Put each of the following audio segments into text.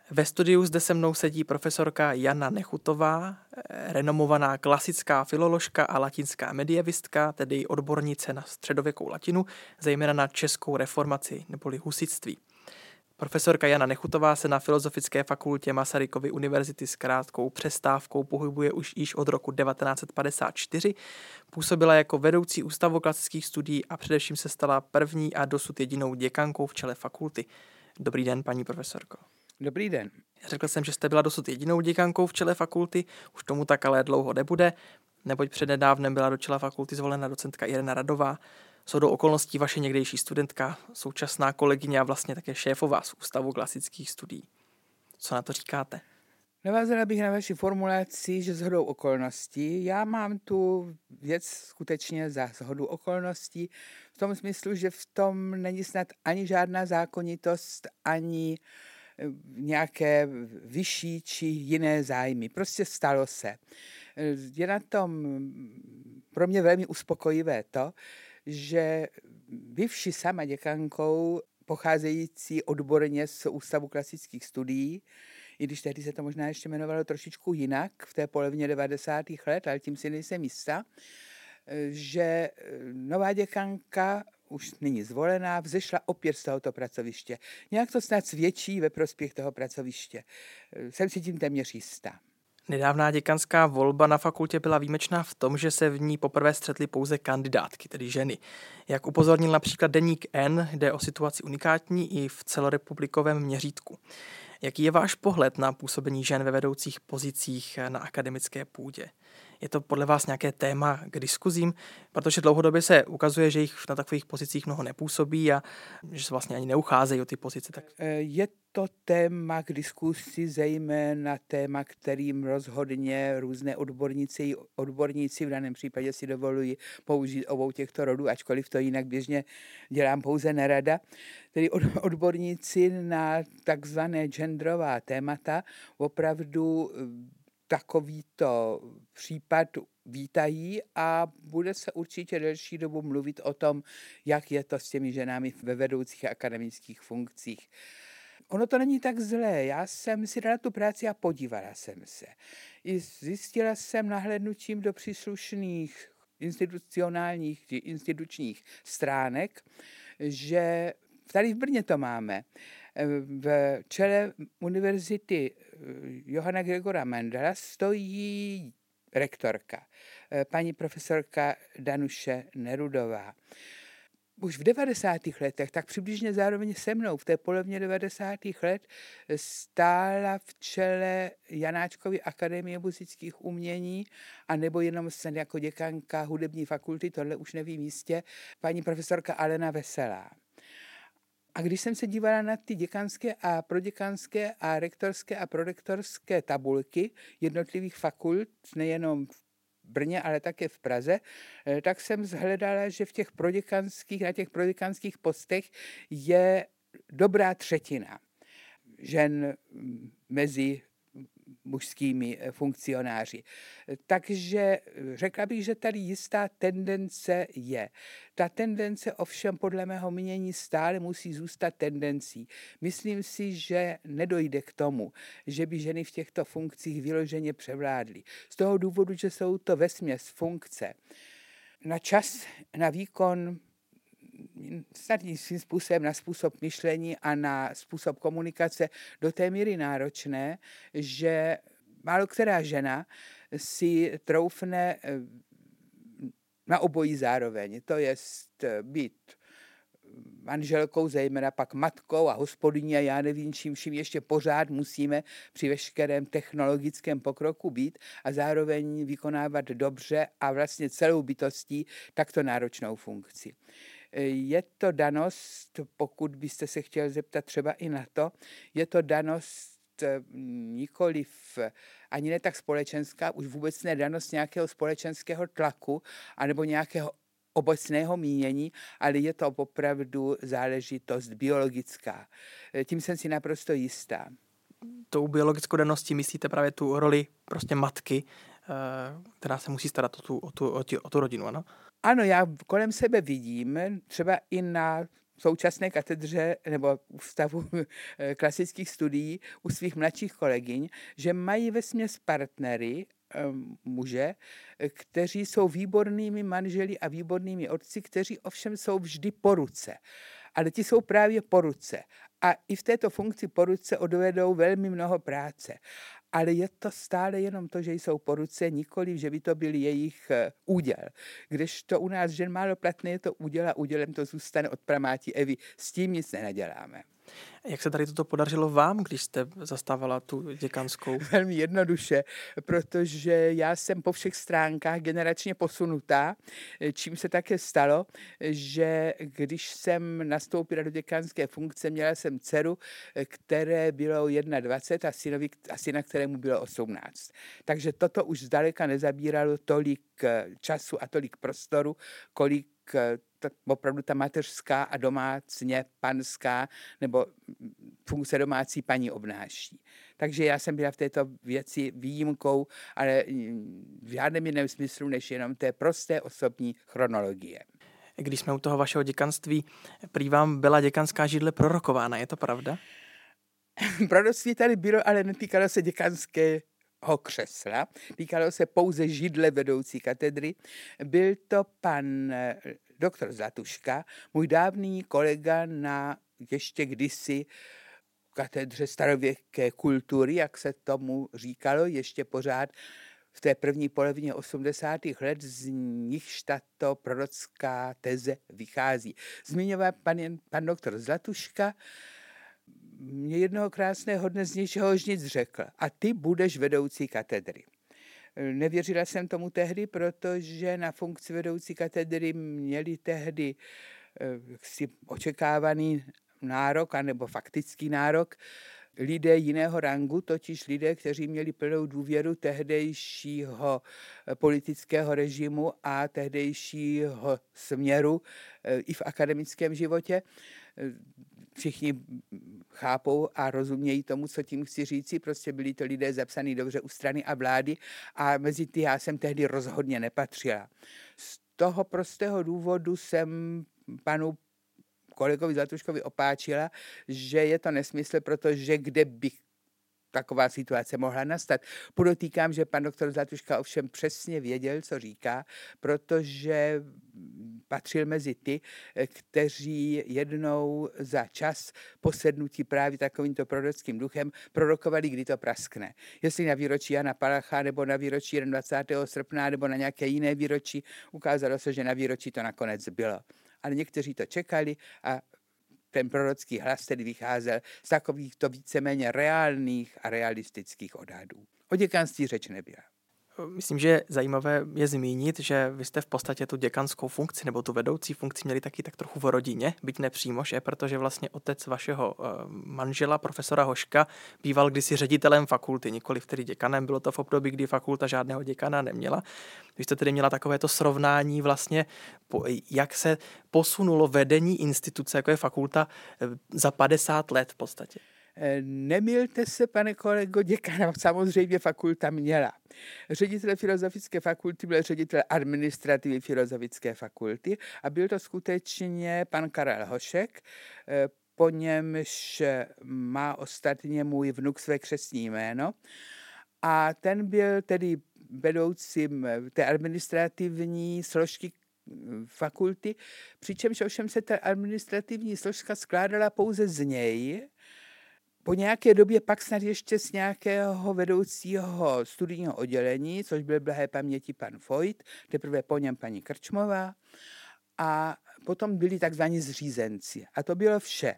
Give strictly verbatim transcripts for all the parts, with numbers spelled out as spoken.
Ve studiu zde se mnou sedí profesorka Jana Nechutová, renomovaná klasická filoložka a latinská medievistka, tedy odbornice na středověkou latinu, zejména na českou reformaci neboli husitství. Profesorka Jana Nechutová se na Filozofické fakultě Masarykovy univerzity s krátkou přestávkou pohybuje už již od roku devatenáct set padesát čtyři, působila jako vedoucí Ústavu klasických studií a především se stala první a dosud jedinou děkankou v čele fakulty. Dobrý den, paní profesorko. Dobrý den. Řekl jsem, že jste byla dosud jedinou děkankou v čele fakulty, už tomu tak ale dlouho nebude, neboť přednedávnem byla do čela fakulty zvolena docentka Irena Radová. Shodou okolností vaše někdejší studentka, současná kolegyně a vlastně také šéfová z Ústavu klasických studií. Co na to říkáte? Navázala bych na vaši formulaci, že shodou okolností. Já mám tu věc skutečně za shodu okolností v tom smyslu, že v tom není snad ani žádná zákonitost, ani nějaké vyšší či jiné zájmy. Prostě stalo se. Je na tom pro mě velmi uspokojivé to, že bývši sama děkankou, pocházející odborně z Ústavu klasických studií, i když tehdy se to možná ještě jmenovalo trošičku jinak, v té polovině devadesátých let, ale tím si nejsem jistá, že nová děkanka, už nyní zvolená, vzešla opět z tohoto pracoviště. Nějak to snad svědčí ve prospěch toho pracoviště. Jsem si tím téměř jistá. Nedávná děkanská volba na fakultě byla výjimečná v tom, že se v ní poprvé střetly pouze kandidátky, tedy ženy. Jak upozornil například deník N, jde o situaci unikátní i v celorepublikovém měřítku. Jaký je váš pohled na působení žen ve vedoucích pozicích na akademické půdě? Je to podle vás nějaké téma k diskuzím? Protože dlouhodobě se ukazuje, že jich na takových pozicích mnoho nepůsobí a že se vlastně ani neucházejí o ty pozice. Tak... Je to téma k diskusi, zejména téma, kterým rozhodně různé odborníci, odborníci v daném případě si dovolují použít obou těchto rodů, ačkoliv to jinak běžně dělám pouze nerada. Tedy odborníci na takzvané genderová témata opravdu takovýto případ vítají a bude se určitě delší dobu mluvit o tom, jak je to s těmi ženami ve vedoucích akademických funkcích. Ono to není tak zlé. Já jsem si dala tu práci a podívala jsem se. I zjistila jsem nahlédnutím do příslušných institucionálních či institučních stránek, že tady v Brně to máme. V čele univerzity Johana Gregora Mendela stojí rektorka, paní profesorka Danuše Nerudová. Už v devadesátých letech, tak přibližně zároveň se mnou v té polovině devadesátých let stála v čele Janáčkovy akademie muzických umění a nebo jenom snad jako děkanka hudební fakulty, tohle už nevím jistě, paní profesorka Alena Veselá. A když jsem se dívala na ty děkanské a proděkanské a rektorské a prorektorské tabulky jednotlivých fakult, nejenom v Brně, ale také v Praze, tak jsem zhledala, že v těch proděkanských, na těch proděkanských postech je dobrá třetina žen mezi mužskými funkcionáři. Takže řekla bych, že tady jistá tendence je. Ta tendence ovšem podle mého mínění stále musí zůstat tendencí. Myslím si, že nedojde k tomu, že by ženy v těchto funkcích vyloženě převládly. Z toho důvodu, že jsou to vesměs funkce na čas, na výkon, snad svým způsobem na způsob myšlení a na způsob komunikace do té míry náročné, že málo která žena si troufne na obojí zároveň. To je být manželkou, zejména pak matkou a hospodyní a já nevím čím vším ještě pořád musíme při veškerém technologickém pokroku být a zároveň vykonávat dobře a vlastně celou bytostí takto náročnou funkci. Je to danost, pokud byste se chtěl zeptat třeba i na to, je to danost nikoliv ani ne tak společenská, už vůbec ne danost nějakého společenského tlaku anebo nějakého obecného mínění, ale je to opravdu záležitost biologická. Tím jsem si naprosto jistá. Tou biologickou daností myslíte právě tu roli prostě matky, která se musí starat o tu, o tu, o tu, o tu rodinu, ano? Ano, já kolem sebe vidím, třeba i na současné katedře nebo ústavu klasických studií u svých mladších kolegyň, že mají vesměs partnery, muže, kteří jsou výbornými manželi a výbornými otci, kteří ovšem jsou vždy po ruce. Ale ti jsou právě po ruce. A i v této funkci po ruce odvedou velmi mnoho práce. Ale je to stále jenom to, že jsou po ruce, nikoliv, že by to byl jejich úděl. Kdežto u nás žen málo platné je to úděl a údělem to zůstane od pramáti Evy. S tím nic nenaděláme. Jak se tady toto podařilo vám, když jste zastávala tu děkanskou? Velmi jednoduše, protože já jsem po všech stránkách generačně posunutá, čím se také stalo, že když jsem nastoupila do děkanské funkce, měla jsem dceru, které bylo dvacet jedna a, synovi, a syna, kterému bylo osmnáct. Takže toto už zdaleka nezabíralo tolik času a tolik prostoru, kolik opravdu ta mateřská a domácně panská nebo funkce domácí paní obnáší. Takže já jsem byla v této věci výjimkou, ale v žádném jiném smyslu, než jenom té prosté osobní chronologie. Když jsme u toho vašeho děkanství, prý vám byla děkanská židle prorokována, je to pravda? Proroctví tady bylo, ale netýkalo se děkanské křesla, týkalo se pouze židle vedoucí katedry. Byl to pan doktor Zlatuška, můj dávný kolega na ještě kdysi katedře starověké kultury, jak se tomu říkalo, ještě pořád v té první polovině osmdesátých let, z nichž tato prorocká teze vychází. Zmiňoval pan, pan doktor Zlatuška, mě jednoho krásného dne z ničehož nic řekl. A ty budeš vedoucí katedry. Nevěřila jsem tomu tehdy, protože na funkci vedoucí katedry měli tehdy si očekávaný nárok, anebo faktický nárok, lidé jiného rangu, totiž lidé, kteří měli plnou důvěru tehdejšího politického režimu a tehdejšího směru i v akademickém životě. Všichni chápou a rozumějí tomu, co tím chci říci. Prostě byli to lidé zapsaní dobře u strany a vlády a mezi ty já jsem tehdy rozhodně nepatřila. Z toho prostého důvodu jsem panu kolegovi Zlatuškovi opáčila, že je to nesmysl, protože kde bych taková situace mohla nastat. Podotýkám, že pan doktor Zlatuška ovšem přesně věděl, co říká, protože patřil mezi ty, kteří jednou za čas posednutí právě takovýmto prorockým duchem prorokovali, kdy to praskne. Jestli na výročí Jana Palacha, nebo na výročí dvacátého prvního srpna, nebo na nějaké jiné výročí, ukázalo se, že na výročí to nakonec bylo. Ale někteří to čekali a ten prorocký hlas tedy vycházel z takovýchto víceméně reálných a realistických odhadů. O děkanství řeč nebyla. Myslím, že zajímavé je zmínit, že vy jste v podstatě tu děkanskou funkci nebo tu vedoucí funkci měli taky tak trochu v rodině, byť nepřímo, že? Protože vlastně otec vašeho manžela, profesora Hoška, býval kdysi ředitelem fakulty, nikoliv tedy děkanem, bylo to v období, kdy fakulta žádného děkana neměla. Vy jste tedy měla takovéto srovnání vlastně, jak se posunulo vedení instituce, jako je fakulta, za padesát let v podstatě. Nemýlte se, pane kolego, děkana samozřejmě fakulta měla. Ředitel filozofické fakulty byl ředitel administrativy filozofické fakulty a byl to skutečně pan Karel Hošek, po němž má ostatně můj vnuk své křestní jméno. A ten byl tedy vedoucím té administrativní složky fakulty, přičemž ovšem se ta administrativní složka skládala pouze z něj. Po nějaké době pak snad ještě z nějakého vedoucího studijního oddělení, což byl blahé paměti pan Vojt, teprve po něm paní Krčmová, a potom byli takzvaní zřízenci. A to bylo vše.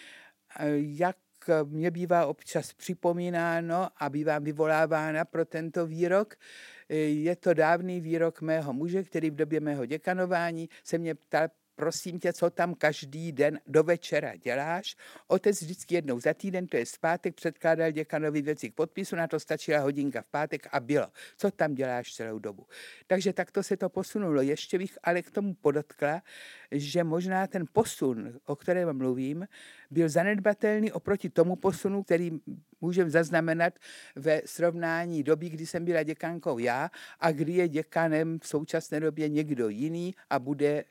Jak mě bývá občas připomínáno a bývám vyvolávána pro tento výrok, je to dávný výrok mého muže, který v době mého děkanování se mě ptal: prosím tě, co tam každý den do večera děláš? Otec vždycky jednou za týden, to je v pátek, předkládal děkanovi věci k podpisu, na to stačila hodinka v pátek a bylo. Co tam děláš celou dobu? Takže takto se to posunulo. Ještě bych ale k tomu podotkla, že možná ten posun, o kterém mluvím, byl zanedbatelný oproti tomu posunu, který můžeme zaznamenat ve srovnání doby, kdy jsem byla děkankou já a kdy je děkanem v současné době někdo jiný a bude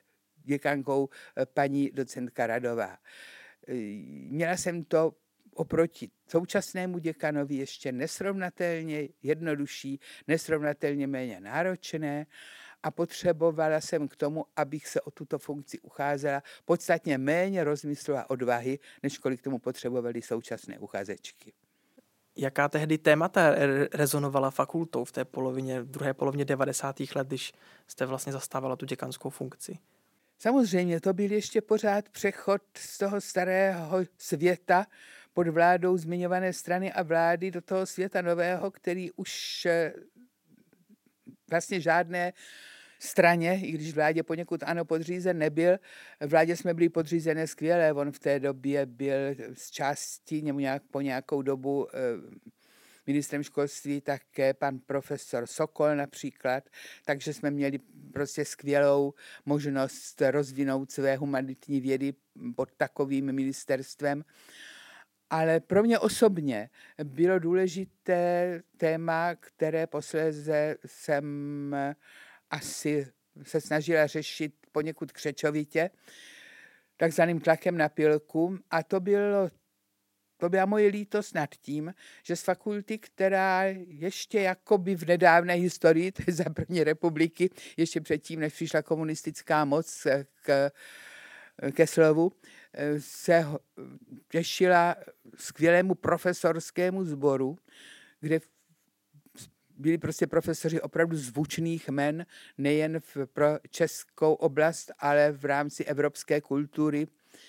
děkankou paní docentka Radová. Měla jsem to oproti současnému děkanovi ještě nesrovnatelně jednodušší, nesrovnatelně méně náročné a potřebovala jsem k tomu, abych se o tuto funkci ucházela, podstatně méně rozmyslu a odvahy, než kolik tomu potřebovali současné uchazečky. Jaká tehdy témata rezonovala fakultou v té polovině, v druhé polovině devadesátých let, když jste vlastně zastávala tu děkanskou funkci? Samozřejmě to byl ještě pořád přechod z toho starého světa pod vládou zmiňované strany a vlády do toho světa nového, který už vlastně žádné straně, i když vládě poněkud ano podřízen nebyl. Vládě jsme byli podřízené skvěle, on v té době byl z části nebo nějak, po nějakou dobu ministrem školství také pan profesor Sokol například, takže jsme měli prostě skvělou možnost rozvinout své humanitní vědy pod takovým ministerstvem. Ale pro mě osobně bylo důležité téma, které posléze jsem asi se snažila řešit poněkud křečovitě, takzvaným tlakem na pilku. A to bylo To byla moje lítost nad tím, že z fakulty, která ještě jakoby v nedávné historii, to je za první republiky, ještě předtím, než přišla komunistická moc k, ke slovu, se těšila skvělému profesorskému sboru, kde byli prostě profesoři opravdu zvučných jmen, nejen v, pro českou oblast, ale v rámci evropské kultury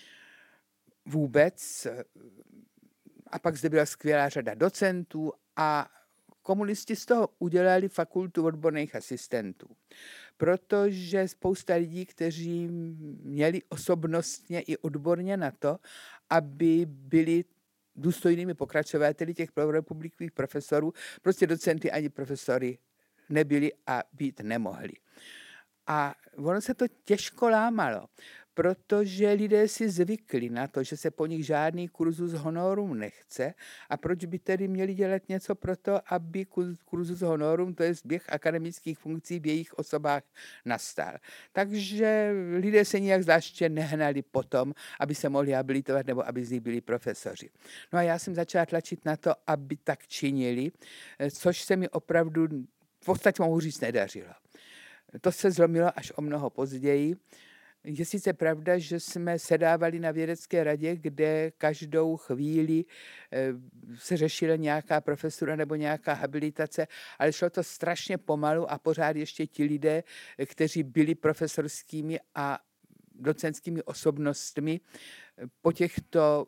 vůbec. A pak zde byla skvělá řada docentů a komunisti z toho udělali fakultu odborných asistentů. Protože spousta lidí, kteří měli osobnostně i odborně na to, aby byli důstojnými pokračovateli těch prvorepublikových profesorů, prostě docenty ani profesory nebyli a být nemohli. A ono se to těžko lámalo, protože lidé si zvykli na to, že se po nich žádný kurzus honorum nechce a proč by tedy měli dělat něco pro to, aby kurzus honorum, to je zběh akademických funkcí v jejich osobách, nastal. Takže lidé se nijak zvláště nehnali potom, aby se mohli habilitovat nebo aby z nich byli profesoři. No a já jsem začala tlačit na to, aby tak činili, což se mi opravdu v podstatě mohu říct nedařilo. To se zlomilo až o mnoho později. Je sice pravda, že jsme sedávali na vědecké radě, kde každou chvíli se řešila nějaká profesura nebo nějaká habilitace, ale šlo to strašně pomalu a pořád ještě ti lidé, kteří byli profesorskými a docentskými osobnostmi, po těchto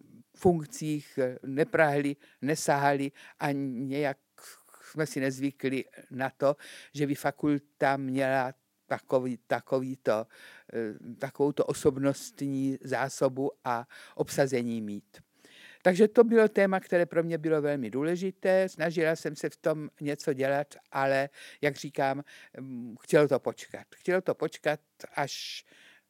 funkcích neprahli, nesahali a nějak jsme si nezvykli na to, že by fakulta měla takový, takovýto, takovouto osobnostní zásobu a obsazení mít. Takže to bylo téma, které pro mě bylo velmi důležité. Snažila jsem se v tom něco dělat, ale, jak říkám, chtělo to počkat. Chtělo to počkat, až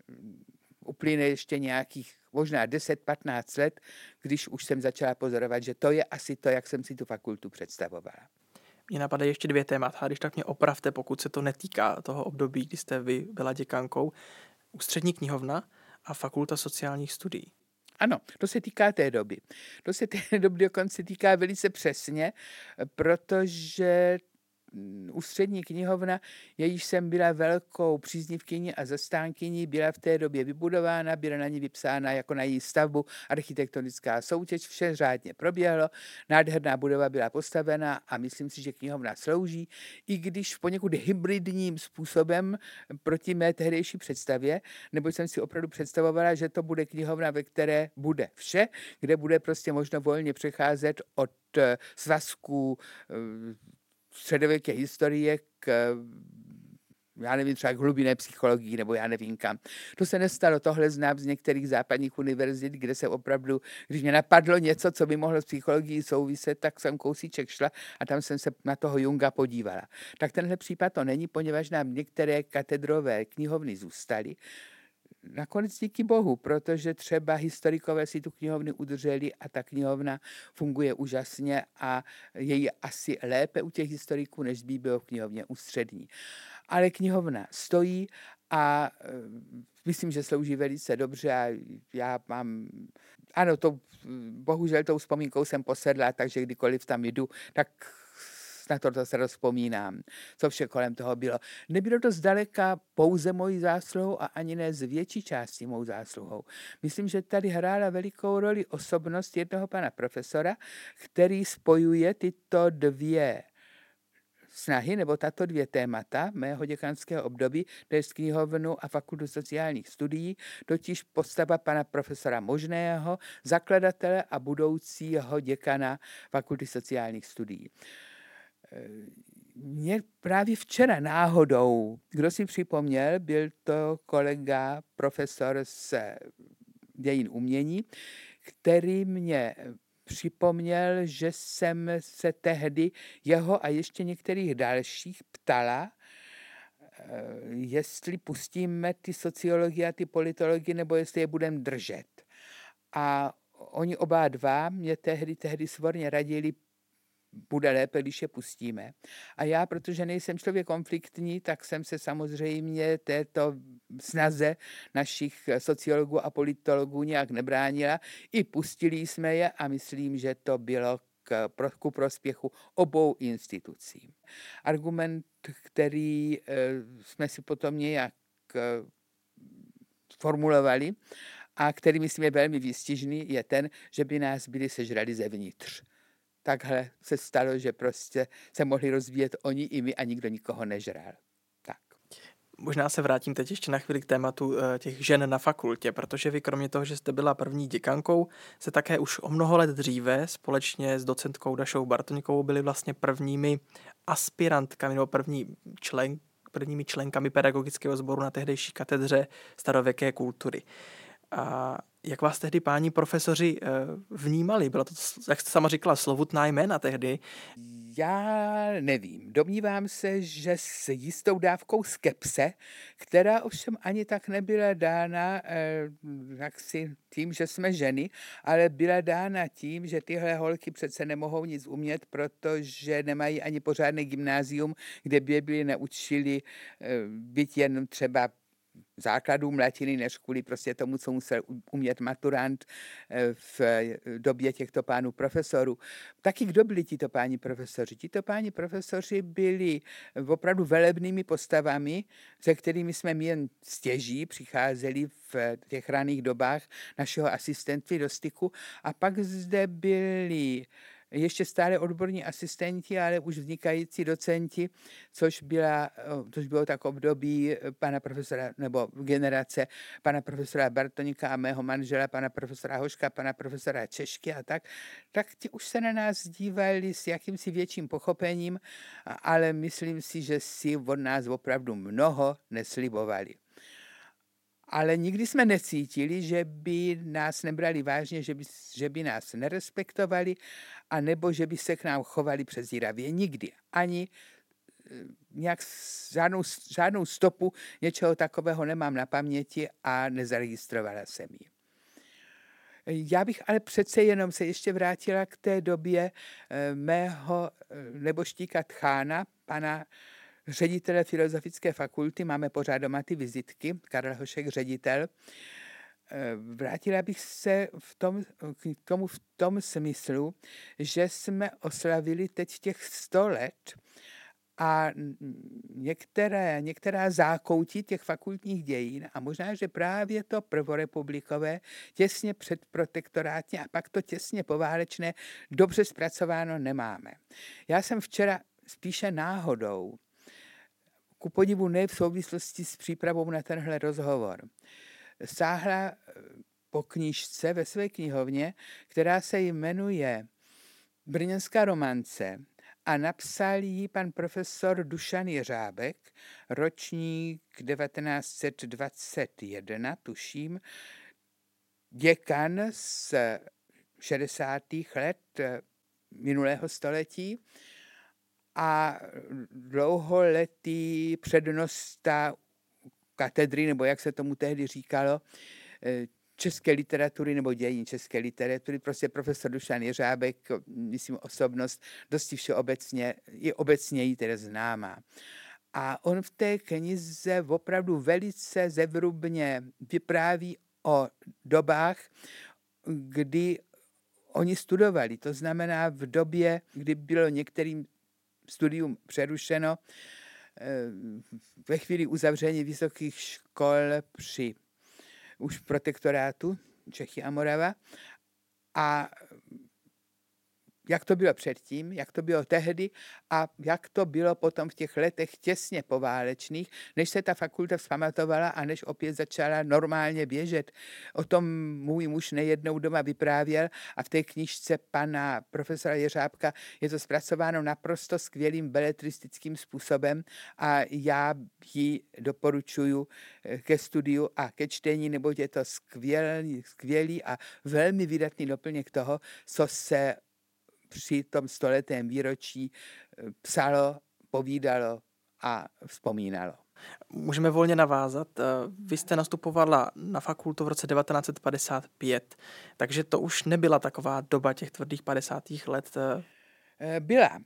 uplyne ještě nějakých možná deset patnáct let, když už jsem začala pozorovat, že to je asi to, jak jsem si tu fakultu představovala. Mně napadají ještě dvě témata, když tak mě opravte, pokud se to netýká toho období, kdy jste vy byla děkankou. Ústřední knihovna a fakulta sociálních studií. Ano, to se týká té doby. To se té doby dokonce týká velice přesně, protože Ústřední knihovna, jejíž jsem byla velkou příznivkyní a zastánkyní, byla v té době vybudována, byla na ní vypsána jako na její stavbu architektonická soutěž, vše řádně proběhlo, nádherná budova byla postavena a myslím si, že knihovna slouží, i když poněkud hybridním způsobem proti mé tehdejší představě, neboť jsem si opravdu představovala, že to bude knihovna, ve které bude vše, kde bude prostě možno volně přecházet od svazků středověké historie k, já nevím, třeba k hlubinné psychologii, nebo já nevím kam. To se nestalo, tohle znám z některých západních univerzit, kde se opravdu, když mě napadlo něco, co by mohlo s psychologií souviset, tak jsem kousíček šla a tam jsem se na toho Junga podívala. Tak tenhle případ to není, poněvadž nám některé katedrové knihovny zůstaly. Nakonec díky bohu, protože třeba historikové si tu knihovnu udrželi a ta knihovna funguje úžasně a je jí asi lépe u těch historiků, než by bylo v knihovně ústřední. Ale knihovna stojí a myslím, že slouží velice dobře a já mám, ano, to, bohužel tou vzpomínkou jsem posedla, takže kdykoliv tam jdu, tak na to, to se rozpomínám, co vše kolem toho bylo. Nebylo to zdaleka pouze mojí zásluhou a ani ne z větší části mou zásluhou. Myslím, že tady hrála velikou roli osobnost jednoho pana profesora, který spojuje tyto dvě snahy, nebo tato dvě témata mého děkanského období, to je knihovnu a fakultu sociálních studií, totiž postava pana profesora Možného, zakladatele a budoucího děkana fakulty sociálních studií. Mě právě včera náhodou, kdo si připomněl, byl to kolega profesor z dějin umění, který mě připomněl, že jsem se tehdy jeho a ještě některých dalších ptala, jestli pustíme ty sociologie a ty politologie, nebo jestli je budeme držet. A oni oba dva mě tehdy, tehdy svorně radili, bude lépe, když je pustíme. A já, protože nejsem člověk konfliktní, tak jsem se samozřejmě této snaze našich sociologů a politologů nějak nebránila. I pustili jsme je a myslím, že to bylo k, ku prospěchu obou institucí. Argument, který e, jsme si potom nějak e, formulovali a který myslím je velmi výstižný, je ten, že by nás byli sežrali zevnitř. Takhle se stalo, že prostě se mohli rozvíjet oni i my a nikdo nikoho nežral. Tak. Možná se vrátím teď ještě na chvíli k tématu těch žen na fakultě, protože vy kromě toho, že jste byla první děkankou, se také už o mnoho let dříve společně s docentkou Dašou Bartoňkovou byli vlastně prvními aspirantkami nebo první člen, prvními členkami pedagogického sboru na tehdejší katedře starověké kultury. A jak vás tehdy páni profesoři vnímali? Bylo to, jak jste sama říkala, slovutná jména tehdy? Já nevím. Domnívám se, že s jistou dávkou skepse, která ovšem ani tak nebyla dána eh, jaksi tím, že jsme ženy, ale byla dána tím, že tyhle holky přece nemohou nic umět, protože nemají ani pořádné gymnázium, kde by je byli naučili eh, být jen třeba základům latiny, než kvůli prostě tomu, co musel umět maturant v době těchto pánů profesorů. Taky kdo byli tito páni profesoři? Tito páni profesoři byli opravdu velebnými postavami, se kterými jsme my jen stěží přicházeli v těch raných dobách našeho asistentství do styku. A pak zde byli ještě stále odborní asistenti, ale už vznikající docenti, což, byla, což bylo tak období pana profesora, nebo generace pana profesora Bartoňka a mého manžela, pana profesora Hoška, pana profesora Češky a tak, tak ti už se na nás dívali s jakýmsi větším pochopením, ale myslím si, že si od nás opravdu mnoho neslibovali. Ale nikdy jsme necítili, že by nás nebrali vážně, že by, že by nás nerespektovali, anebo že by se k nám chovali přezíravě. Nikdy. Ani nějak žádnou, žádnou stopu něčeho takového nemám na paměti a nezaregistrovala jsem ji. Já bych ale přece jenom se ještě vrátila k té době mého neboštíka Tchána, pana ředitele Filozofické fakulty, máme pořád doma ty vizitky, Karel Hošek, ředitel. Vrátila bych se v tom, k tomu v tom smyslu, že jsme oslavili teď těch sto let a některé, některá zákoutí těch fakultních dějin a možná, že právě to prvorepublikové, těsně před protektorátně a pak to těsně poválečné dobře zpracováno nemáme. Já jsem včera spíše náhodou, ku podivu ne v souvislosti s přípravou na tenhle rozhovor, sáhla po knížce ve své knihovně, která se jmenuje Brněnská romance a napsal ji pan profesor Dušan Jeřábek, ročník devatenáct set dvacet jedna, tuším, děkan z šedesátých let minulého století a dlouholetý přednosta katedry, nebo jak se tomu tehdy říkalo, české literatury nebo dějin české literatury, prostě profesor Dušan Jeřábek, myslím osobnost, dosti všeobecně, je obecněji tedy známá. A on v té knize opravdu velice zevrubně vypráví o dobách, kdy oni studovali. To znamená v době, kdy bylo některým studium přerušeno, ve chvíli uzavření vysokých škol při už protektorátu Čechy a Morava. A jak to bylo předtím, jak to bylo tehdy a jak to bylo potom v těch letech těsně poválečných, než se ta fakulta vzpamatovala a než opět začala normálně běžet. O tom můj muž nejednou doma vyprávěl a v té knížce pana profesora Jeřábka je to zpracováno naprosto skvělým beletristickým způsobem a já ji doporučuji ke studiu a ke čtení, neboť je to skvělý, skvělý a velmi vydatný doplněk toho, co se při tom stoletém výročí psalo, povídalo a vzpomínalo. Můžeme volně navázat. Vy jste nastupovala na fakultu v roce devatenáct set padesát pět, takže to už nebyla taková doba těch tvrdých padesátých let. Byla,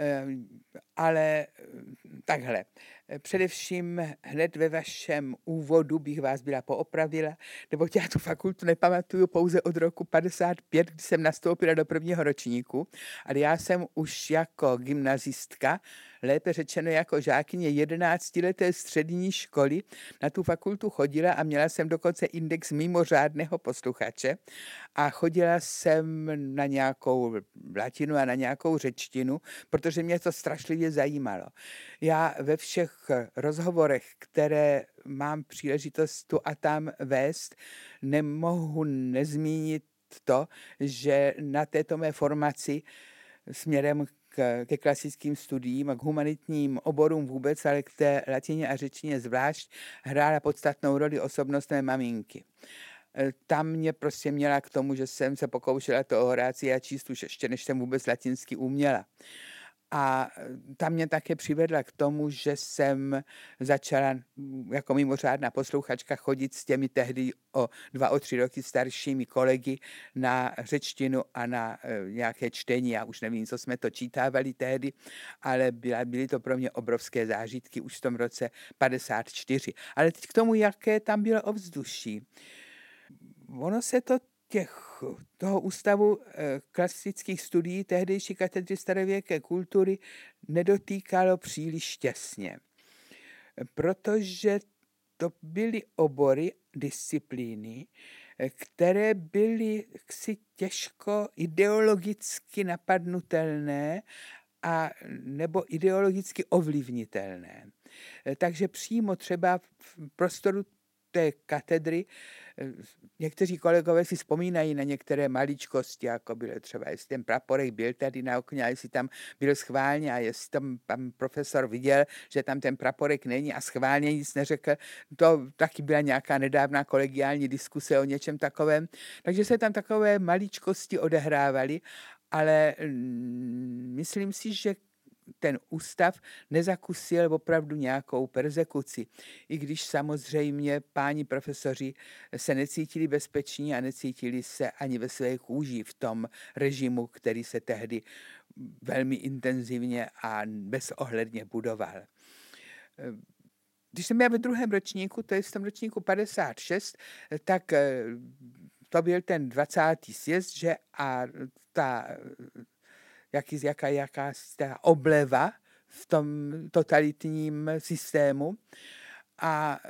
ale takhle. Především hned ve vašem úvodu bych vás byla poopravila, neboť já tu fakultu nepamatuju pouze od roku padesát pět, kdy jsem nastoupila do prvního ročníku, ale já jsem už jako gymnazistka, lépe řečeno jako žákyně jedenáctileté střední školy, na tu fakultu chodila a měla jsem dokonce index mimořádného posluchače a chodila jsem na nějakou latinu a na nějakou řečtinu, protože mě to strašlivě zajímalo. Já ve všech rozhovorech, které mám příležitost tu a tam vést, nemohu nezmínit to, že na této mé formaci směrem k, ke klasickým studiím a k humanitním oborům vůbec, ale k té latině a řečtině zvlášť, hrála podstatnou roli osobnost mé maminky. Tam mě prostě měla k tomu, že jsem se pokoušela to Horácia číst už ještě, než jsem vůbec latinsky uměla. A tam mě také přivedla k tomu, že jsem začala jako mimořádná posluchačka chodit s těmi tehdy o dva, o tři roky staršími kolegy na řečtinu a na e, nějaké čtení. Já už nevím, co jsme to čítávali tehdy, ale byla, byly to pro mě obrovské zážitky už v tom roce padesát čtyři. Ale teď k tomu, jaké tam bylo ovzduší. Ono se to těch, toho ústavu e, klasických studií tehdejší katedry starověké kultury nedotýkalo příliš těsně, protože to byly obory, disciplíny, které byly si těžko ideologicky napadnutelné a nebo ideologicky ovlivnitelné. Takže přímo třeba v prostoru té katedry někteří kolegové si vzpomínají na některé maličkosti, jako bylo třeba, jestli ten praporek byl tady na okně, a jestli tam byl schválně a jestli tam pan profesor viděl, že tam ten praporek není a schválně nic neřekl. To taky byla nějaká nedávná kolegiální diskuse o něčem takovém. Takže se tam takové maličkosti odehrávaly, ale myslím si, že ten ústav nezakusil opravdu nějakou perzekuci. I když samozřejmě páni profesoři se necítili bezpeční a necítili se ani ve své kůži v tom režimu, který se tehdy velmi intenzivně a bezohledně budoval. Když jsem já ve druhém ročníku, to je v tom ročníku padesát šest, tak to byl ten dvacátý sjezd, že a ta jaký, jaká, jaká ta obleva v tom totalitním systému. A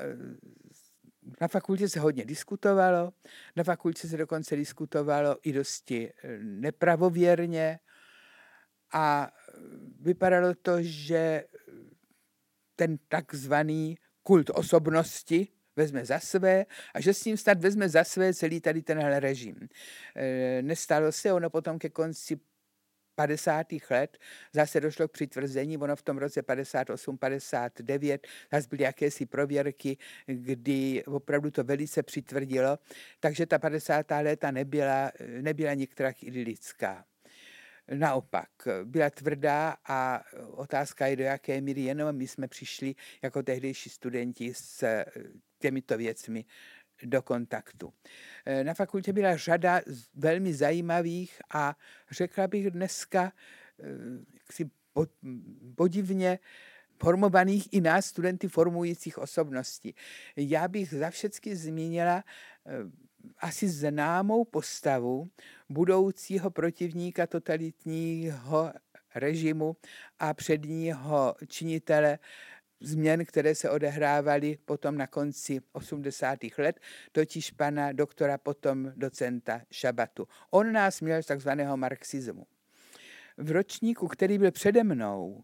na fakultě se hodně diskutovalo, na fakultě se dokonce diskutovalo i dosti nepravověrně a vypadalo to, že ten takzvaný kult osobnosti vezme za své a že s tím snad vezme za své celý tady tenhle režim. Nestalo se, ono potom ke konci padesátých let zase došlo k přitvrzení, ono v tom roce padesát osm padesát devět zase byly jakési prověrky, kdy opravdu to velice přitvrdilo, takže ta padesátá léta nebyla, nebyla některak idylická. Naopak, byla tvrdá a otázka je, do jaké míry jenom my jsme přišli jako tehdejší studenti s těmito věcmi do kontaktu. Na fakultě byla řada velmi zajímavých a řekla bych dneska si podivně formovaných i nás, studenty formujících osobností. Já bych za všecky zmínila asi známou postavu budoucího protivníka totalitního režimu a předního činitele změn, které se odehrávaly potom na konci osmdesátých let, totiž pana doktora, potom docenta Šabatu. On nás měl z takzvaného marxismu. V ročníku, který byl přede mnou,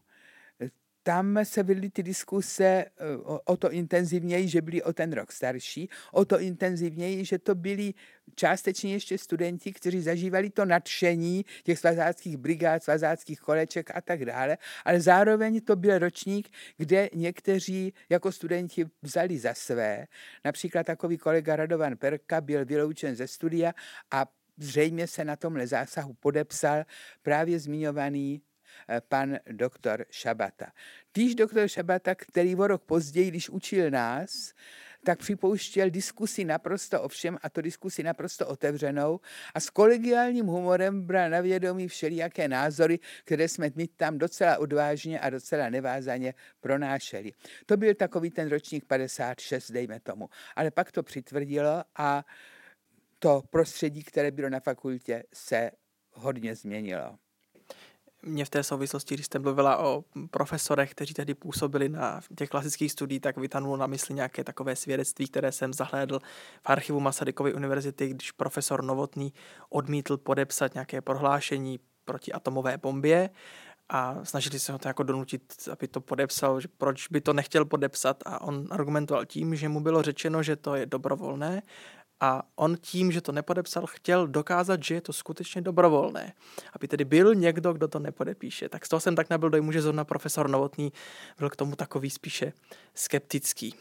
tam se vedly ty diskuse o, o to intenzivněji, že byli o ten rok starší, o to intenzivněji, že to byli částečně ještě studenti, kteří zažívali to nadšení těch svazáckých brigád, svazáckých koleček a tak dále, ale zároveň to byl ročník, kde někteří jako studenti vzali za své. Například takový kolega Radovan Perka byl vyloučen ze studia a zřejmě se na tomhle zásahu podepsal právě zmiňovaný pan doktor Šabata. Týž doktor Šabata, který o rok později, když učil nás, tak připouštěl diskusi naprosto o všem, a to diskusi naprosto otevřenou, a s kolegiálním humorem bral na vědomí všelijaké názory, které jsme my tam docela odvážně a docela nevázaně pronášeli. To byl takový ten ročník padesát šest, dejme tomu. Ale pak to přitvrdilo a to prostředí, které bylo na fakultě, se hodně změnilo. Mě v té souvislosti, když jste mluvila o profesorech, kteří tehdy působili na těch klasických studiích, tak vytanulo na mysli nějaké takové svědectví, které jsem zahlédl v archivu Masarykovy univerzity, když profesor Novotný odmítl podepsat nějaké prohlášení proti atomové bombě a snažili se ho to jako donutit, aby to podepsal, že proč by to nechtěl podepsat, a on argumentoval tím, že mu bylo řečeno, že to je dobrovolné. A on tím, že to nepodepsal, chtěl dokázat, že je to skutečně dobrovolné. Aby tedy byl někdo, kdo to nepodepíše. Tak z toho jsem tak nabyl dojmu, že zrovna profesor Novotný byl k tomu takový spíše skeptický.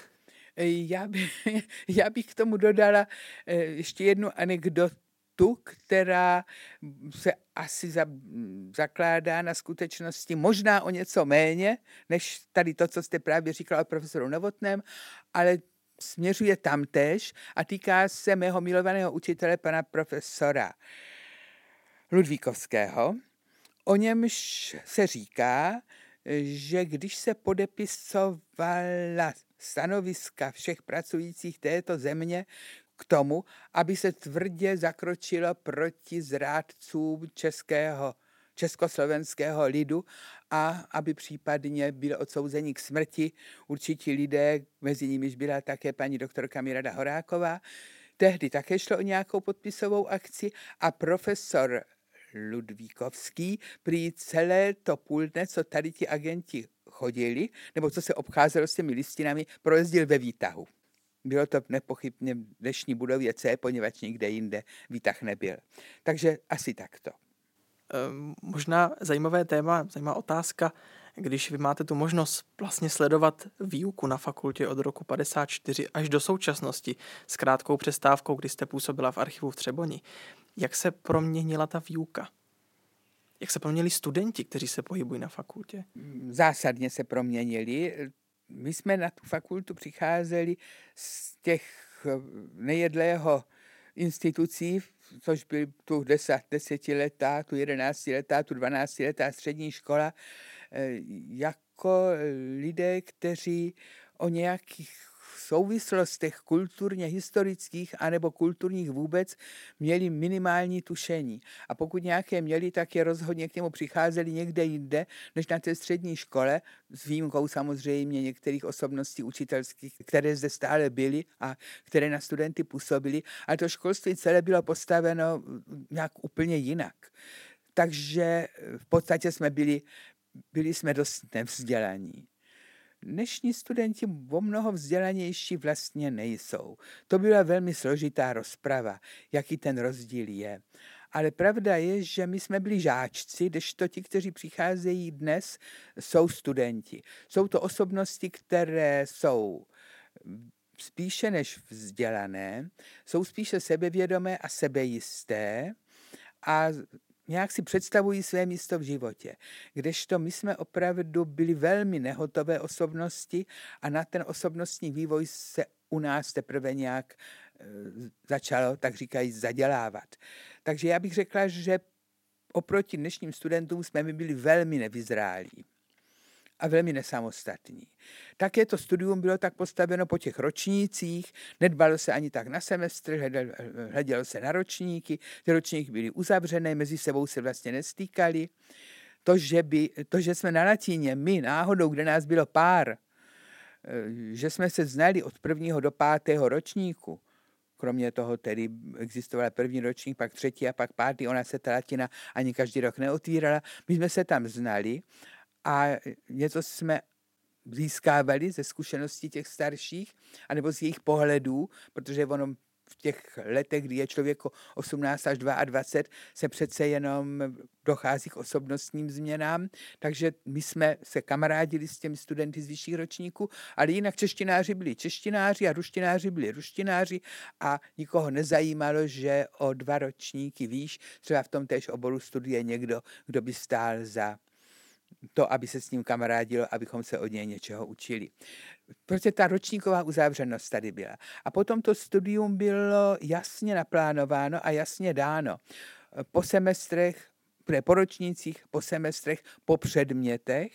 Já, by, já bych k tomu dodala ještě jednu anekdotu, která se asi za, zakládá na skutečnosti možná o něco méně, než tady to, co jste právě říkala o profesoru Novotném, ale směřuje tamtéž a týká se mého milovaného učitele, pana profesora Ludvíkovského. O němž se říká, že když se podepisovala stanoviska všech pracujících této země k tomu, aby se tvrdě zakročilo proti zrádcům českého československého lidu a aby případně byl odsouzení k smrti určití lidé, mezi nimiž byla také paní doktorka Mirada Horáková. Tehdy také šlo o nějakou podpisovou akci a profesor Ludvíkovský prý celé to půl dne, co tady ti agenti chodili, nebo co se obcházelo s těmi listinami, projezdil ve výtahu. Bylo to nepochybně v dnešní budově C, poněvadž nikde jinde výtah nebyl. Takže asi takto. Možná zajímavé téma, zajímavá otázka, když vy máte tu možnost vlastně sledovat výuku na fakultě od roku padesát čtyři až do současnosti s krátkou přestávkou, kdy jste působila v archivu v Třeboni. Jak se proměnila ta výuka? Jak se proměnili studenti, kteří se pohybují na fakultě? Zásadně se proměnili. My jsme na tu fakultu přicházeli z těch nejedlého institucí, což byl tu deset, desetiletá, tu jedenáctiletá, tu dvanáctiletá střední škola, jako lidé, kteří o nějakých souvislostech kulturně historických anebo kulturních vůbec měli minimální tušení. A pokud nějaké měli, tak je rozhodně k němu přicházeli někde jinde, než na té střední škole, s výjimkou samozřejmě některých osobností učitelských, které zde stále byly a které na studenty působily, ale to školství celé bylo postaveno nějak úplně jinak. Takže v podstatě jsme byli, byli jsme dost nevzdělaní. Dnešní studenti o mnoho vzdělanější vlastně nejsou. To byla velmi složitá rozprava, jaký ten rozdíl je. Ale pravda je, že my jsme byli žáčci, kdežto ti, kteří přicházejí dnes, jsou studenti. Jsou to osobnosti, které jsou spíše než vzdělané, jsou spíše sebevědomé a sebejisté a nějak si představují své místo v životě. Kdežto my jsme opravdu byli velmi nehotové osobnosti a na ten osobnostní vývoj se u nás teprve nějak e, začalo, tak říkají, zadělávat. Takže já bych řekla, že oproti dnešním studentům jsme my byli velmi nevyzrálí. a velmi nesamostatní. Také to studium bylo tak postaveno po těch ročnících, nedbalo se ani tak na semestr, hledělo se na ročníky, ty ročníky byly uzavřené, mezi sebou se vlastně nestýkali. To, že, by, to, že jsme na latině, my náhodou, kde nás bylo pár, že jsme se znali od prvního do pátého ročníku, kromě toho tedy existoval první ročník, pak třetí a pak pátý, ona se ta latina ani každý rok neotvírala. My jsme se tam znali a něco jsme získávali ze zkušeností těch starších, anebo z jejich pohledů, protože ono v těch letech, kdy je člověku osmnáct až dvacet dva, se přece jenom dochází k osobnostním změnám, takže my jsme se kamarádili s těmi studenty z vyšších ročníků, ale jinak češtináři byli češtináři a ruštináři byli ruštináři a nikoho nezajímalo, že o dva ročníky výš, třeba v tom též oboru studuje někdo, kdo by stál za to, aby se s ním kamarádilo, abychom se od něj něčeho učili. Protože ta ročníková uzavřenost tady byla. A potom to studium bylo jasně naplánováno a jasně dáno. Po semestrech, po ročnících, po semestrech, po předmětech,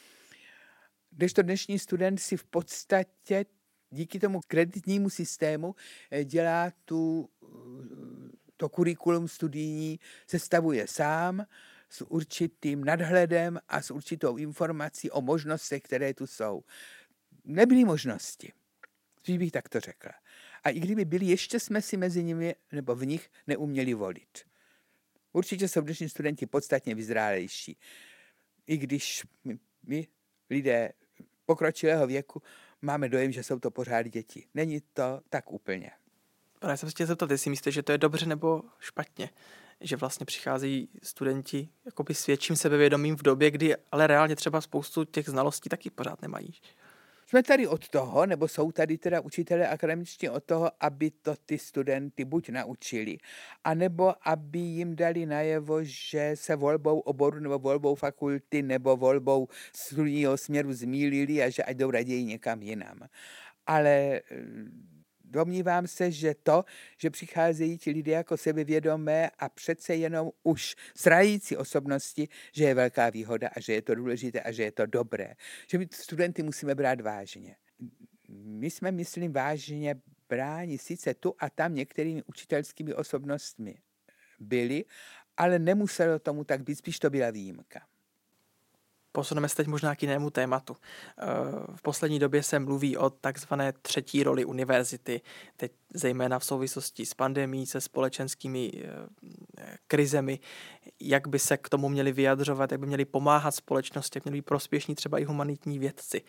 kdežto dnešní student si v podstatě díky tomu kreditnímu systému dělá tu, to kurikulum studijní, sestavuje sám, s určitým nadhledem a s určitou informací o možnostech, které tu jsou. Nebyly možnosti, spíš bych tak to řekla. A i kdyby byli, ještě jsme si mezi nimi nebo v nich neuměli volit. Určitě jsou dnešní studenti podstatně vyzrálejší. I když my, my lidé pokročilého věku máme dojem, že jsou to pořád děti. Není to tak úplně. Já jsem se chtěl zeptat, jestli myslíte, že to je dobře nebo špatně, že vlastně přicházejí studenti jakoby s větším sebevědomím v době, kdy ale reálně třeba spoustu těch znalostí taky pořád nemají. Jsme tady od toho, nebo jsou tady teda učitelé akademičtí od toho, aby to ty studenty buď naučili, anebo aby jim dali najevo, že se volbou oboru nebo volbou fakulty nebo volbou studijního směru zmýlili a že ať jdou raději někam jinam. Ale domnívám se, že to, že přicházejí ti lidé jako sebevědomé a přece jenom už zrající osobnosti, že je velká výhoda a že je to důležité a že je to dobré. Že my studenty musíme brát vážně. My jsme, myslím, vážně bráni sice tu a tam některými učitelskými osobnostmi byli, ale nemuselo tomu tak být, spíš to byla výjimka. Posuneme se teď možná k jinému tématu. V poslední době se mluví o takzvané třetí roli univerzity, teď zejména v souvislosti s pandemií, se společenskými krizemi, jak by se k tomu měli vyjadřovat, jak by měli pomáhat společnosti, jak měli být prospěšní třeba i humanitní vědci.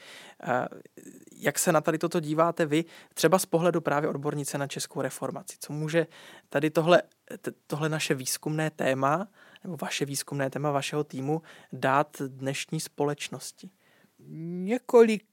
Jak se na tady toto díváte vy, třeba z pohledu právě odbornice na českou reformaci? Co může tady tohle, tohle naše výzkumné téma nebo vaše výzkumné téma vašeho týmu dát dnešní společnosti? Několik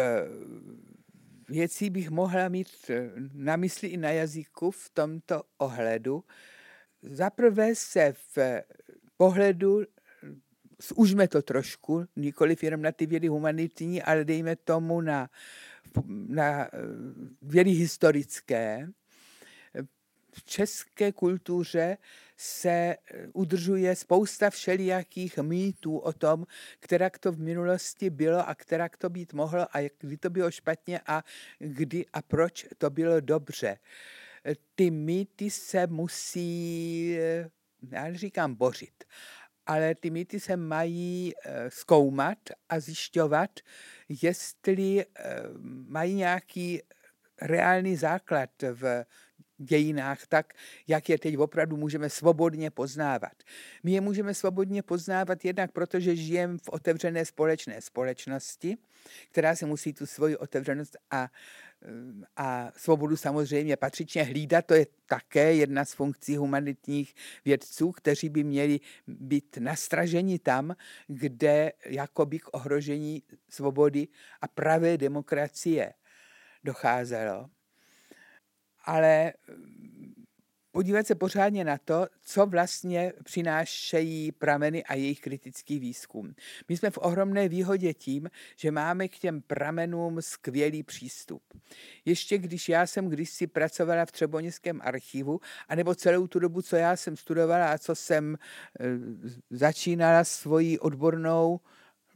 věcí bych mohla mít na mysli i na jazyku v tomto ohledu. Zaprvé se v pohledu, zúžme to trošku, nikoliv jenom na ty vědy humanitní, ale dejme tomu na, na vědy historické. V české kultuře se udržuje spousta všelijakých mýtů o tom, kterak to v minulosti bylo a kterak to být mohlo a kdy to bylo špatně a kdy a proč to bylo dobře. Ty mýty se musí, já neříkám bořit, ale ty mýty se mají zkoumat a zjišťovat, jestli mají nějaký reálný základ v dějinách tak, jak je teď opravdu můžeme svobodně poznávat. My je můžeme svobodně poznávat jednak proto, že žijeme v otevřené společné společnosti, která se musí tu svoji otevřenost a, a svobodu samozřejmě patřičně hlídat. To je také jedna z funkcí humanitních vědců, kteří by měli být nastraženi tam, kde jakoby k ohrožení svobody a pravé demokracie docházelo. Ale podívat se pořádně na to, co vlastně přinášejí prameny a jejich kritický výzkum. My jsme v ohromné výhodě tím, že máme k těm pramenům skvělý přístup. Ještě když já jsem kdysi pracovala v Třeboňském archivu, anebo celou tu dobu, co já jsem studovala a co jsem začínala svoji odbornou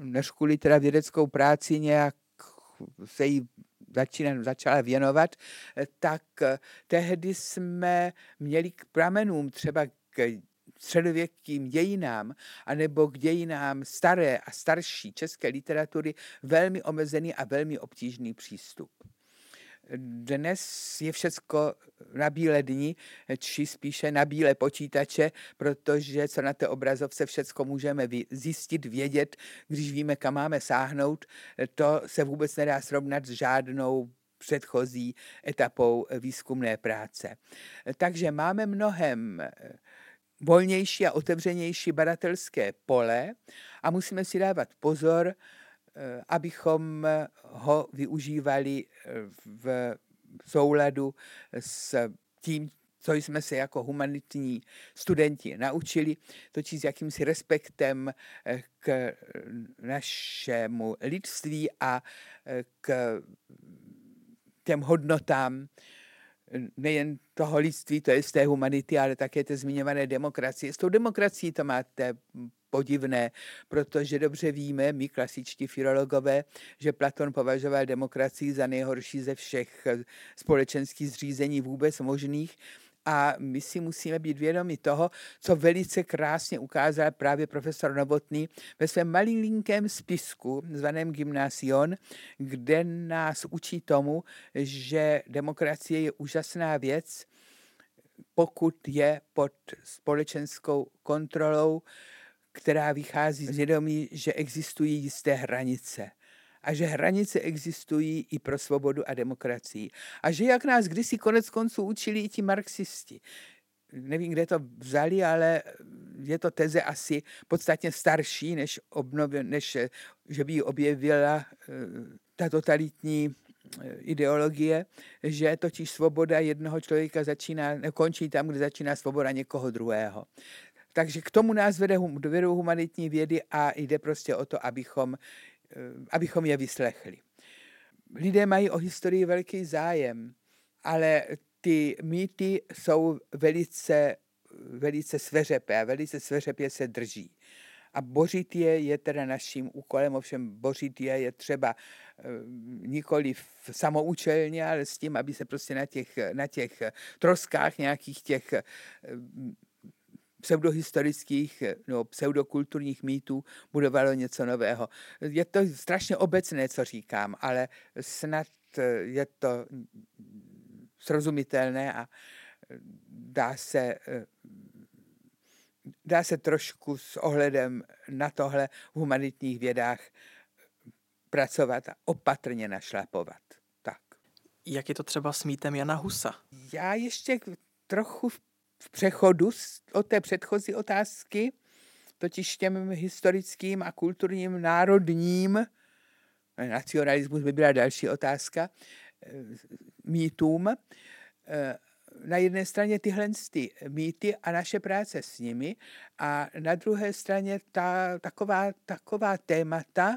než kvůli teda vědeckou práci nějak se jí začína, začala věnovat, tak tehdy jsme měli k pramenům, třeba k středověkým dějinám, anebo k dějinám staré a starší české literatury velmi omezený a velmi obtížný přístup. Dnes je všecko na bílé dni, či spíše na bílé počítače, protože co na té obrazovce všecko můžeme zjistit, vědět, když víme, kam máme sáhnout, to se vůbec nedá srovnat s žádnou předchozí etapou výzkumné práce. Takže máme mnohem volnější a otevřenější badatelské pole a musíme si dávat pozor, abychom ho využívali v souladu s tím, co jsme se jako humanitní studenti naučili, totiž s jakýmsi respektem k našemu lidství a k těm hodnotám nejen toho lidství, to je z té humanity, ale také té zmiňované demokracie. S tou demokracií to máte podivné, protože dobře víme, my klasičtí filologové, že Platon považoval demokracii za nejhorší ze všech společenských zřízení vůbec možných. A my si musíme být vědomi toho, co velice krásně ukázal právě profesor Novotný ve svém malinkém spisku zvaném Gymnasion, kde nás učí tomu, že demokracie je úžasná věc, pokud je pod společenskou kontrolou, která vychází z vědomí, že existují jisté hranice. A že hranice existují i pro svobodu a demokracii. A že jak nás kdysi konec konců učili i ti marxisti. Nevím, kde to vzali, ale je to teze asi podstatně starší, než, obnově, než že by ji objevila ta totalitní ideologie, že totiž svoboda jednoho člověka začíná, končí tam, kde začíná svoboda někoho druhého. Takže k tomu nás vede, vedou humanitní vědy a jde prostě o to, abychom abychom je vyslechli. Lidé mají o historii velký zájem, ale ty mýty jsou velice, velice sveřepé a velice sveřepě se drží. A bořit je je teda naším úkolem, ovšem bořit je je třeba nikoli samoučelně, ale s tím, aby se prostě na těch, na těch troskách nějakých těch pseudohistorických no, pseudokulturních mýtů budovalo něco nového. Je to strašně obecné, co říkám, ale snad je to srozumitelné a dá se, dá se trošku s ohledem na tohle v humanitních vědách pracovat a opatrně našlapovat. Tak. Jak je to třeba s mýtem Jana Husa? Já ještě trochu v přechodu od té předchozí otázky, totiž těm historickým a kulturním národním, nacionalismus by byla další otázka, mýtům. Na jedné straně tyhle ty mýty a naše práce s nimi a na druhé straně ta, taková, taková témata,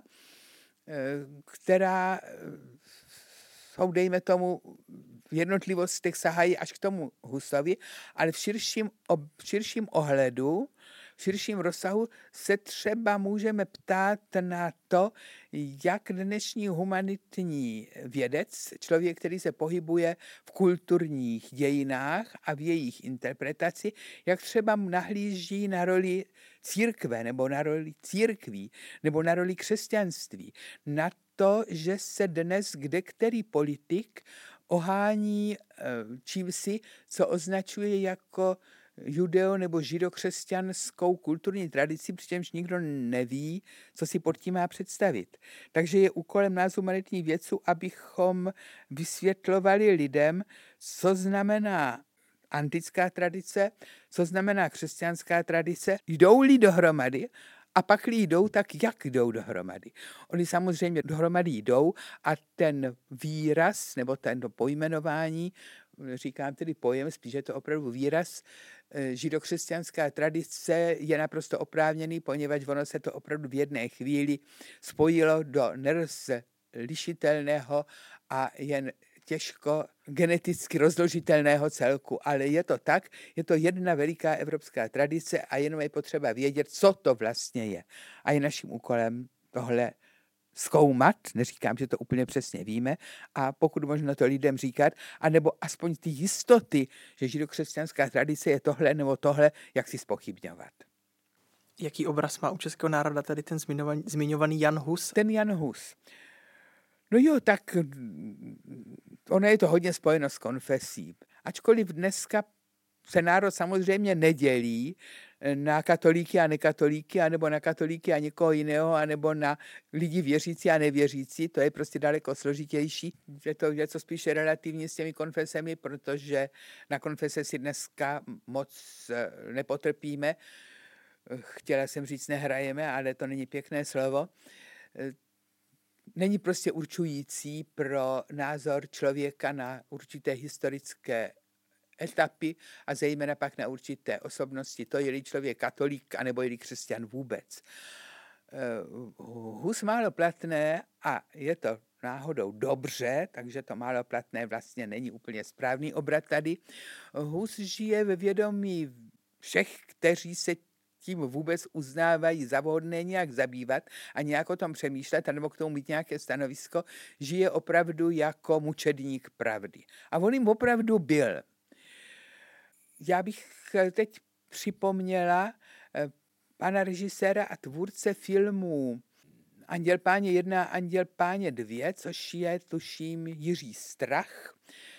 která jsou, dejme tomu, v jednotlivostech sahají až k tomu Husovi, ale v širším, v širším ohledu, v širším rozsahu se třeba můžeme ptát na to, jak dnešní humanitní vědec, člověk, který se pohybuje v kulturních dějinách a v jejich interpretaci, jak třeba nahlíží na roli církve nebo na roli církví nebo na roli křesťanství, na to, že se dnes kdekterý politik ohání čímsi, co označuje jako judeo- nebo židokřesťanskou kulturní tradici, přičemž nikdo neví, co si pod tím má představit. Takže je úkolem nás humanitních vědců, abychom vysvětlovali lidem, co znamená antická tradice, co znamená křesťanská tradice, jdou-li dohromady, a pak jdou, tak jak jdou dohromady. Oni samozřejmě dohromady jdou a ten výraz, nebo tento pojmenování, říkám tedy pojem, spíš je to opravdu výraz, židokřesťanská tradice je naprosto oprávněný, poněvadž ono se to opravdu v jedné chvíli spojilo do nerozlišitelného a jen těžko geneticky rozložitelného celku, ale je to tak, je to jedna veliká evropská tradice a jenom je potřeba vědět, co to vlastně je. A je naším úkolem tohle zkoumat, neříkám, že to úplně přesně víme, a pokud možno to lidem říkat, anebo aspoň ty jistoty, že židokřesťanská tradice je tohle nebo tohle, jak si zpochybňovat. Jaký obraz má u českého národa tady ten zmiňovaný, zmiňovaný Jan Hus? Ten Jan Hus. No jo, tak ono je to hodně spojeno s konfesí. Ačkoliv dneska se národ samozřejmě nedělí na katolíky a nekatolíky, anebo na katolíky a někoho jiného, anebo na lidi věřící a nevěřící. To je prostě daleko složitější. Je to něco spíše relativně s těmi konfesemi, protože na konfese si dneska moc nepotrpíme. Chtěla jsem říct nehrajeme, ale to není pěkné slovo. Není prostě určující pro názor člověka na určité historické etapy a zejména pak na určité osobnosti. To je-li člověk katolík, anebo je-li křesťan vůbec. Hus málo platné a je to náhodou dobře, takže to málo platné vlastně není úplně správný obrat tady. Hus žije ve vědomí všech, kteří se tím vůbec uznávají za vhodné nějak zabývat a nějak o tom přemýšlet, anebo k tomu mít nějaké stanovisko, žije opravdu jako mučedník pravdy. A on jim opravdu byl. Já bych teď připomněla pana režiséra a tvůrce filmů Anděl Páně jedna a Anděl Páně dvě, což je, tuším, Jiří Strach,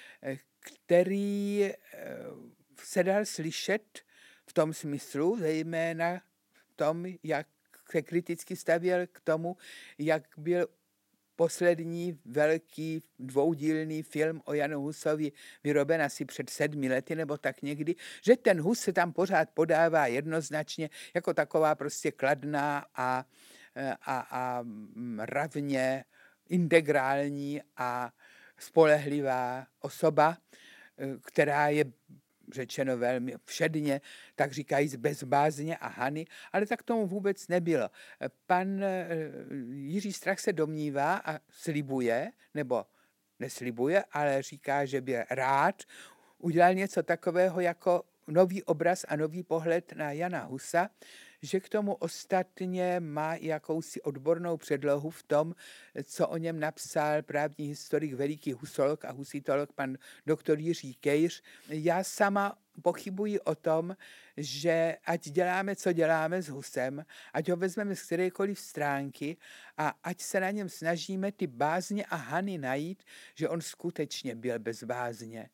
který se dal slyšet v tom smyslu, zejména v tom, jak se kriticky stavěl k tomu, jak byl poslední velký dvoudílný film o Janu Husovi vyroben asi před sedmi lety nebo tak někdy, že ten Hus se tam pořád podává jednoznačně jako taková prostě kladná a, a, a mravně integrální a spolehlivá osoba, která je řečeno velmi všedně, tak říkajíc bezbázně a hany, ale tak tomu vůbec nebylo. Pan Jiří Strach se domnívá a slibuje, nebo neslibuje, ale říká, že by rád udělal něco takového jako nový obraz a nový pohled na Jana Husa, že k tomu ostatně má jakousi odbornou předlohu v tom, co o něm napsal právní historik, veliký husolog a husitolog pan doktor Jiří Kejř. Já sama pochybuji o tom, že ať děláme, co děláme s Husem, ať ho vezmeme z kterékoliv stránky a ať se na něm snažíme ty bázně a hany najít, že on skutečně byl bez bázně.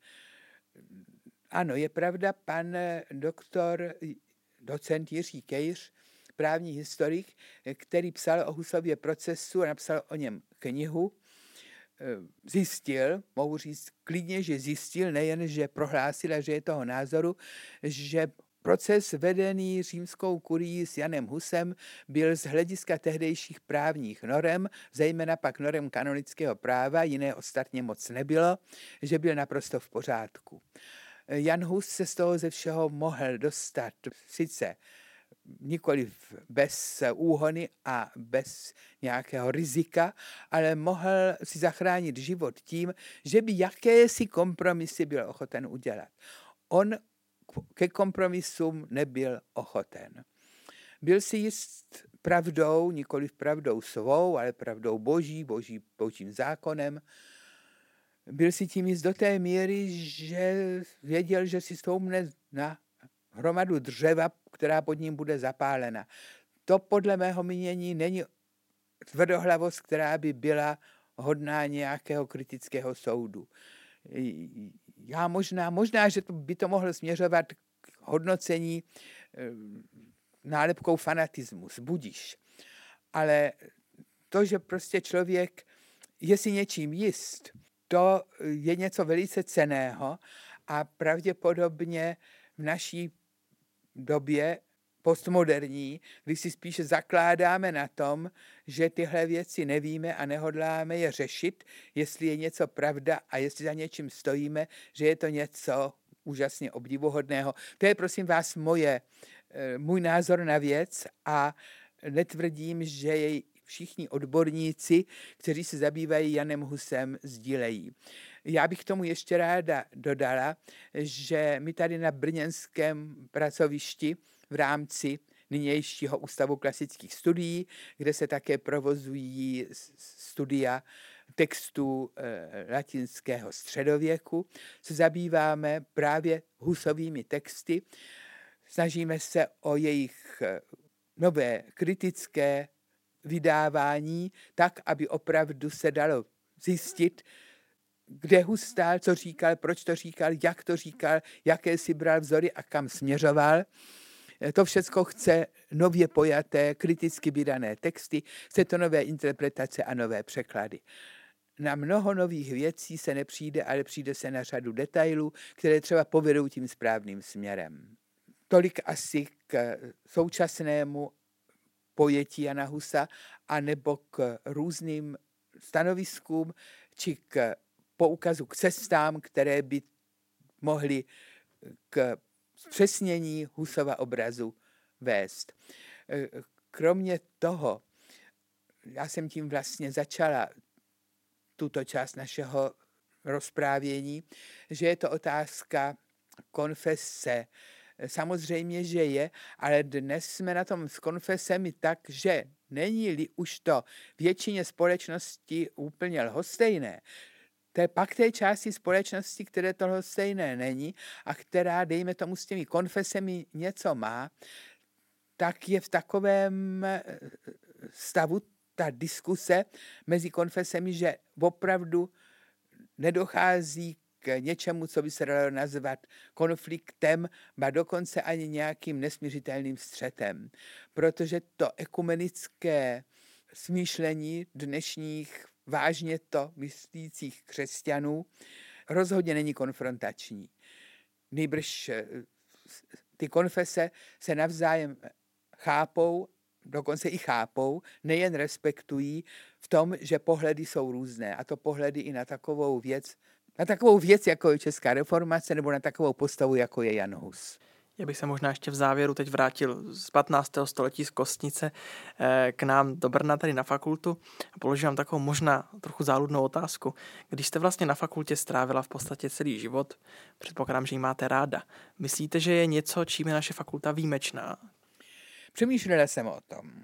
Ano, je pravda, pan doktor docent Jiří Kejř, právní historik, který psal o Husově procesu a napsal o něm knihu, zjistil, mohu říct klidně, že zjistil, nejen, že prohlásil, že je toho názoru, že proces vedený římskou kurií s Janem Husem byl z hlediska tehdejších právních norem, zejména pak norem kanonického práva, jiné ostatně moc nebylo, že byl naprosto v pořádku. Jan Hus se z toho ze všeho mohl dostat, sice nikoliv bez úhony a bez nějakého rizika, ale mohl si zachránit život tím, že by jakési kompromisy byl ochoten udělat. On ke kompromisům nebyl ochoten. Byl si jist pravdou, nikoliv pravdou svou, ale pravdou boží, boží božím zákonem. Byl si tím jist do té míry, že věděl, že si stoupne na hromadu dřeva, která pod ním bude zapálena. To podle mého mínění není tvrdohlavost, která by byla hodná nějakého kritického soudu. Já možná, možná, že to by to mohlo směřovat k hodnocení nálepkou fanatismus, budiš. Ale to, že prostě člověk je si něčím jist, to je něco velice cenného a pravděpodobně v naší době postmoderní, kdy si spíše zakládáme na tom, že tyhle věci nevíme a nehodláme je řešit, jestli je něco pravda a jestli za něčím stojíme, že je to něco úžasně obdivuhodného. To je, prosím vás, moje, můj názor na věc a netvrdím, že jej všichni odborníci, kteří se zabývají Janem Husem, sdílejí. Já bych tomu ještě ráda dodala, že my tady na brněnském pracovišti v rámci nynějšího Ústavu klasických studií, kde se také provozují studia textů e, latinského středověku. Se zabýváme právě Husovými texty. Snažíme se o jejich nové kritické vydávání tak, aby opravdu se dalo zjistit, kde Hus stál, co říkal, proč to říkal, jak to říkal, jaké si bral vzory a kam směřoval. To všechno chce nově pojaté, kriticky vydané texty, chce to nové interpretace a nové překlady. Na mnoho nových věcí se nepřijde, ale přijde se na řadu detailů, které třeba povedou tím správným směrem. Tolik asi k současnému pojetí Jana Husa, anebo k různým stanoviskům, či k poukazu k cestám, které by mohly k zpřesnění Husova obrazu vést. Kromě toho, já jsem tím vlastně začala tuto část našeho rozprávění, že je to otázka konfese. Samozřejmě, že je, ale dnes jsme na tom s konfesemi tak, že není-li už to většině společnosti úplně lhostejné, to je pak té části společnosti, které to lhostejné není a která, dejme tomu, s těmi konfesemi něco má, tak je v takovém stavu ta diskuse mezi konfesemi, že opravdu nedochází k něčemu, co by se dalo nazvat konfliktem, ba dokonce ani nějakým nesmířitelným střetem. Protože to ekumenické smýšlení dnešních vážně to myslících křesťanů rozhodně není konfrontační. Nýbrž ty konfese se navzájem chápou, dokonce i chápou, nejen respektují v tom, že pohledy jsou různé. A to pohledy i na takovou věc, na takovou věc, jako je Česká reformace, nebo na takovou postavu, jako je Jan Hus. Já bych se možná ještě v závěru teď vrátil z patnáctého století z Kostnice k nám do Brna, tady na fakultu, a položím vám takovou možná trochu záludnou otázku. Když jste vlastně na fakultě strávila v podstatě celý život, předpokládám, že ji máte ráda. Myslíte, že je něco, čím je naše fakulta výjimečná? Přemýšlela jsem o tom.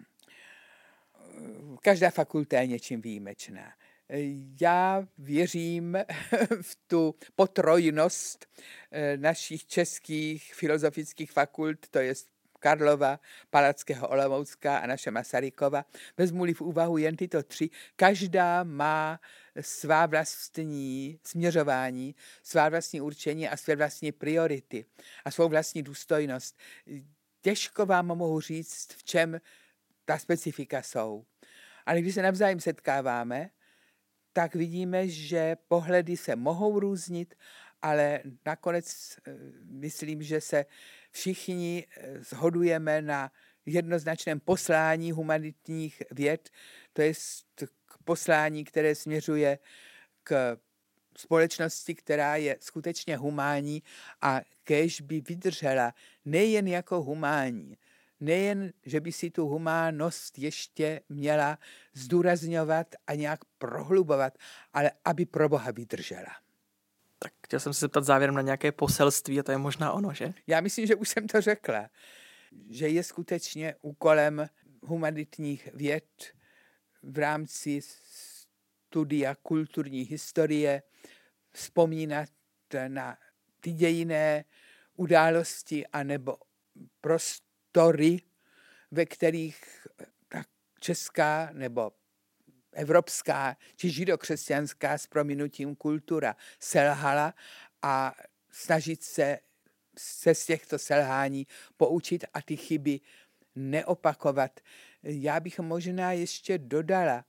Každá fakulta je něčím výjimečná. Já věřím v tu potrojnost našich českých filozofických fakult, to je Karlova, Palackého, Olomoucká a naše Masarykova. Vezmu-li v úvahu jen tyto tři, každá má svá vlastní směřování, svá vlastní určení a své vlastní priority a svou vlastní důstojnost. Těžko vám mohu říct, v čem ta specifika jsou. Ale když se navzájem setkáváme, tak vidíme, že pohledy se mohou různit, ale nakonec myslím, že se všichni shodujeme na jednoznačném poslání humanitních věd, to je k poslání, které směřuje k společnosti, která je skutečně humánní a kéž by vydržela nejen jako humánní, nejen, že by si tu humánnost ještě měla zdůrazňovat a nějak prohlubovat, ale aby pro Boha vydržela. Tak chtěl jsem se zeptat závěrem na nějaké poselství a to je možná ono, že? Já myslím, že už jsem to řekla, že je skutečně úkolem humanitních věd v rámci studia kulturní historie vzpomínat na ty dějinné události anebo prostory, ve kterých ta česká nebo evropská či židokřesťanská s prominutím kultura selhala a snažit se, se z těchto selhání poučit a ty chyby neopakovat. Já bych možná ještě dodala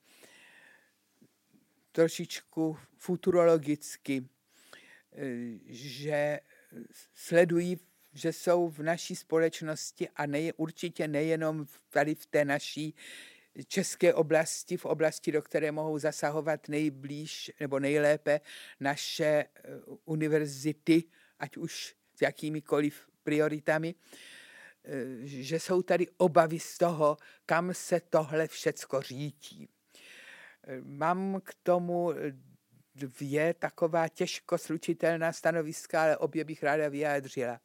trošičku futurologicky, že sledují, že jsou v naší společnosti a nej, určitě nejenom tady v té naší české oblasti, v oblasti, do které mohou zasahovat nejblíž nebo nejlépe naše univerzity, ať už s jakýmikoliv prioritami, že jsou tady obavy z toho, kam se tohle všecko řítí. Mám k tomu dvě taková těžko slučitelná stanoviska, ale obě bych ráda vyjádřila.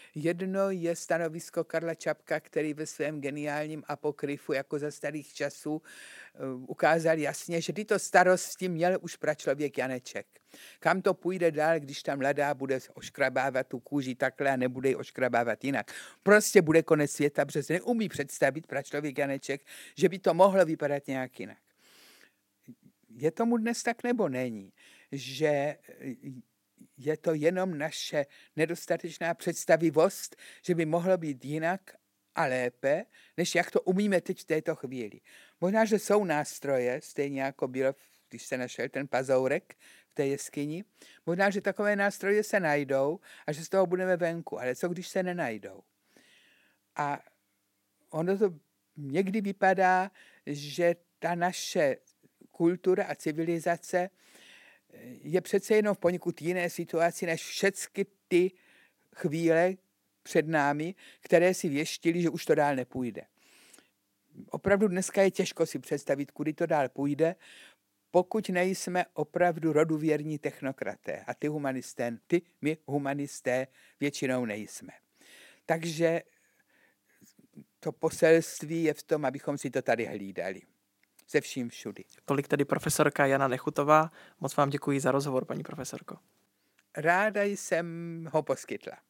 Jedno je stanovisko Karla Čapka, který ve svém geniálním apokryfu jako za starých časů ukázal jasně, že tyto starosti měl už pračlověk Janeček. Kam to půjde dál, když ta mladá bude oškrabávat tu kůži takhle a nebude ji oškrabávat jinak. Prostě bude konec světa, protože se neumí představit pračlověk Janeček, že by to mohlo vypadat nějak jinak. Je tomu dnes tak nebo není? Že je to jenom naše nedostatečná představivost, že by mohlo být jinak a lépe, než jak to umíme teď v této chvíli. Možná, že jsou nástroje, stejně jako bylo, když se našel ten pazourek v té jeskyni, možná, že takové nástroje se najdou a že z toho budeme venku, ale co když se nenajdou? A ono to někdy vypadá, že ta naše kultura a civilizace je přece jenom v poněkud jiné situaci než všechny ty chvíle před námi, které si věštili, že už to dál nepůjde. Opravdu dneska je těžko si představit, kudy to dál půjde, pokud nejsme opravdu roduvěrní technokraté. A ty humanisté, ty my humanisté většinou nejsme. Takže to poselství je v tom, abychom si to tady hlídali. Se vším všudy. Tolik tedy profesorka Jana Nechutová. Moc vám děkuji za rozhovor, paní profesorko. Ráda jsem ho poskytla.